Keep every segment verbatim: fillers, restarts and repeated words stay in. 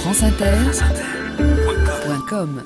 franceinter point com.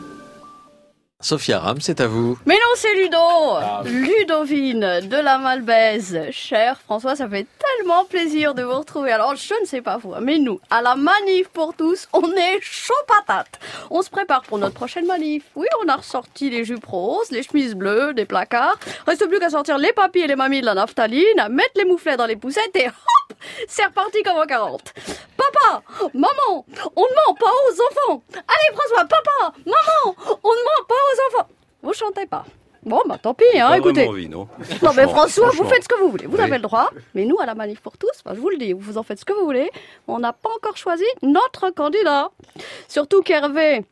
Sophia Aram, c'est à vous. Mais non, c'est Ludo, ah. Ludovine de la Malbaise. Cher François, ça fait tellement plaisir de vous retrouver. Alors, je ne sais pas vous, mais nous, à la Manif pour tous, on est chaud patate. On se prépare pour notre prochaine manif. Oui, on a ressorti les jupes roses, les chemises bleues, des placards. Reste plus qu'à sortir les papis et les mamies de la naphtaline, à mettre les mouflets dans les poussettes et hop, c'est reparti comme en quarante. Papa, maman, on ne ment pas aux enfants. Allez François, papa, maman, on ne ment pas aux enfants. Vous chantez pas. Bon, bah tant pis, hein, pas écoutez. Envie, non, non mais François, vous faites ce que vous voulez. Vous oui. avez le droit. Mais nous, à la Manif pour tous, bah, je vous le dis, vous en faites ce que vous voulez. On n'a pas encore choisi notre candidat. Surtout qu'Hervé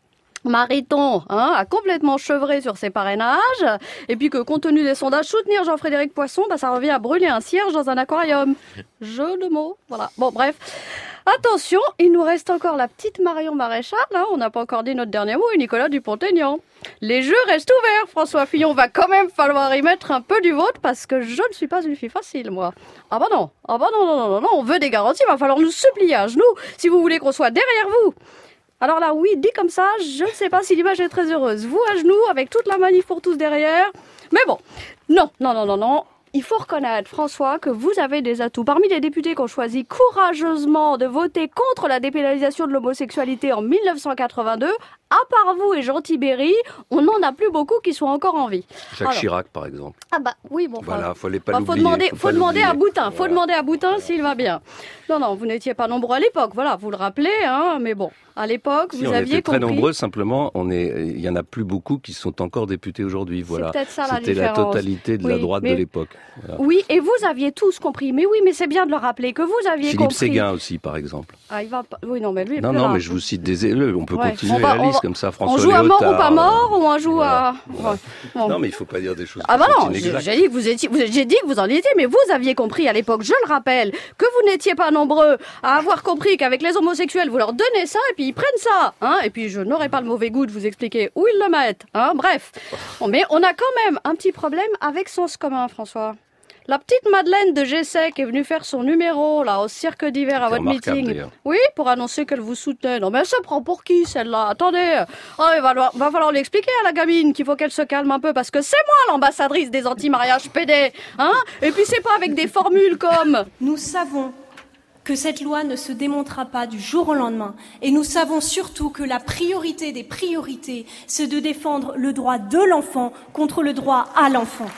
Mariton hein, a complètement chevré sur ses parrainages, et puis que compte tenu des sondages, soutenir Jean-Frédéric Poisson, bah, ça revient à brûler un cierge dans un aquarium. Jeu de mots, voilà. Bon, bref. Attention, il nous reste encore la petite Marion Maréchal, hein, on n'a pas encore dit notre dernier mot, et Nicolas Dupont-Aignan. Les jeux restent ouverts, François Fillon, va quand même falloir y mettre un peu du vôtre, parce que je ne suis pas une fille facile, moi. Ah bah non, ah bah non, non, non, non, non, on veut des garanties, il va falloir nous supplier à genoux, si vous voulez qu'on soit derrière vous. Alors là, oui, dit comme ça, je ne sais pas si l'image est très heureuse. Vous à genoux, avec toute la Manif pour tous derrière. Mais bon, non, non, non, non, non. Il faut reconnaître, François, que vous avez des atouts. Parmi les députés qui ont choisi courageusement de voter contre la dépénalisation de l'homosexualité en dix-neuf cent quatre-vingt-deux, à part vous et Jean Tibéry, on n'en a plus beaucoup qui sont encore en vie. Jacques Alors, Chirac, par exemple. Ah bah oui, bon. Voilà, enfin, fallait pas bah, l'oublier. Faut demander, faut faut pas demander à Boutin. Faut voilà. demander à Boutin voilà. s'il va bien. Non, non, vous n'étiez pas nombreux à l'époque. Voilà, vous le rappelez, hein. Mais bon, à l'époque, si, vous on aviez était très compris. nombreux. Simplement, on est, il y en a plus beaucoup qui sont encore députés aujourd'hui. Voilà. C'est peut-être ça la C'était différence. la totalité de oui, la droite mais... de l'époque. Voilà. Oui, et vous aviez tous compris. Mais oui, mais c'est bien de le rappeler que vous aviez Philippe compris. Séguin aussi, par exemple. Ah, il va pas. Oui, non, mais lui. Non, non, mais je vous cite des élus. On peut ouais. continuer on va, la liste va, comme ça. François on joue à mort ou pas mort, ou on joue voilà. à. Voilà. Ouais. Bon. Non, mais il faut pas dire des choses. Ah bah non, inexactes. j'ai dit que vous étiez, vous, j'ai dit que vous en étiez, mais vous aviez compris à l'époque, je le rappelle, que vous n'étiez pas nombreux à avoir compris qu'avec les homosexuels, vous leur donnez ça et puis ils prennent ça, hein. Et puis je n'aurai pas le mauvais goût de vous expliquer où ils le mettent, hein. Bref, bon, mais on a quand même un petit problème avec Sens commun, François. La petite Madeleine de Gessec est venue faire son numéro, là, au cirque d'hiver à C'est votre meeting. d'ailleurs. Oui, pour annoncer qu'elle vous soutenait. Non, mais elle se prend pour qui, celle-là? Attendez. Oh, il va, falloir, va falloir lui expliquer à la gamine qu'il faut qu'elle se calme un peu, parce que c'est moi l'ambassadrice des anti-mariages pédés, hein? Et puis c'est pas avec des formules comme... Nous savons que cette loi ne se démontera pas du jour au lendemain. Et nous savons surtout que la priorité des priorités, c'est de défendre le droit de l'enfant contre le droit à l'enfant.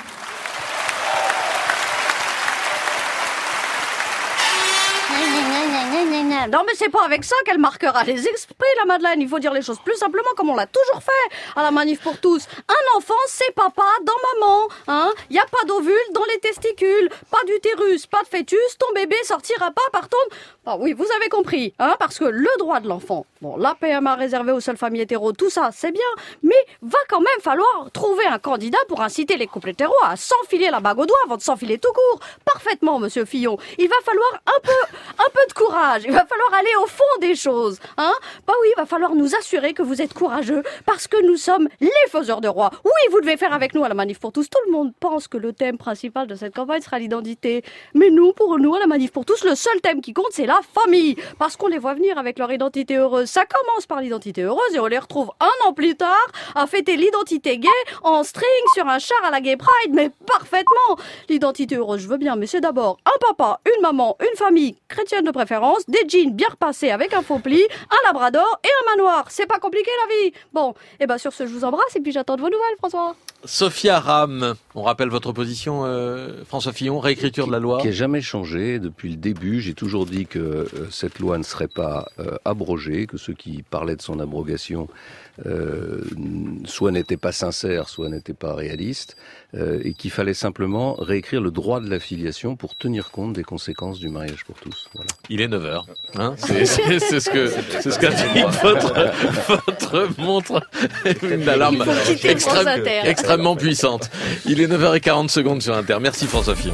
Non mais c'est pas avec ça qu'elle marquera les esprits, la Madeleine. Il faut dire les choses plus simplement comme on l'a toujours fait à la Manif pour tous. Un enfant, c'est papa dans maman, hein. Y a pas d'ovule dans les testicules, pas d'utérus, pas de fœtus. Ton bébé sortira pas par ton... Ah oui, vous avez compris, hein, parce que le droit de l'enfant, bon, la P M A réservée aux seules familles hétéros, tout ça, c'est bien, mais va quand même falloir trouver un candidat pour inciter les couples hétéros à s'enfiler la bague au doigt avant de s'enfiler tout court. Parfaitement, monsieur Fillon. Il va falloir un peu, un peu de courage. Il va falloir aller au fond des choses, hein. Bah oui, il va falloir nous assurer que vous êtes courageux, parce que nous sommes les faiseurs de rois. Oui, vous devez faire avec nous à la Manif pour tous. Tout le monde pense que le thème principal de cette campagne sera l'identité. Mais nous, pour nous, à la Manif pour tous, le seul thème qui compte, c'est la famille. Parce qu'on les voit venir avec leur identité heureuse. Ça commence par l'identité heureuse et on les retrouve un an plus tard à fêter l'identité gay en string sur un char à la Gay Pride. Mais parfaitement. L'identité heureuse, je veux bien, mais c'est d'abord un papa, une maman, une famille chrétienne de préférence, des jeans bien repassés avec un faux pli, un labrador et un manoir. C'est pas compliqué la vie. Bon, et ben sur ce, je vous embrasse et puis j'attends de vos nouvelles, François. Sophia Aram, on rappelle votre position, euh, François Fillon, réécriture de la loi. Qui n'a jamais changé depuis le début. J'ai toujours dit que euh, cette loi ne serait pas euh, abrogée, que ceux qui parlaient de son abrogation euh, soit n'étaient pas sincères, soit n'étaient pas réalistes, euh, et qu'il fallait simplement réécrire le droit de la filiation pour tenir compte des conséquences du mariage pour tous. Voilà. Il est neuf heures. Hein, c'est, c'est, c'est ce que c'est ce qu'a dit votre, votre montre. Une alarme extrême, extrêmement puissante. Il est neuf heures quarante secondes sur Inter. Merci François Fillon.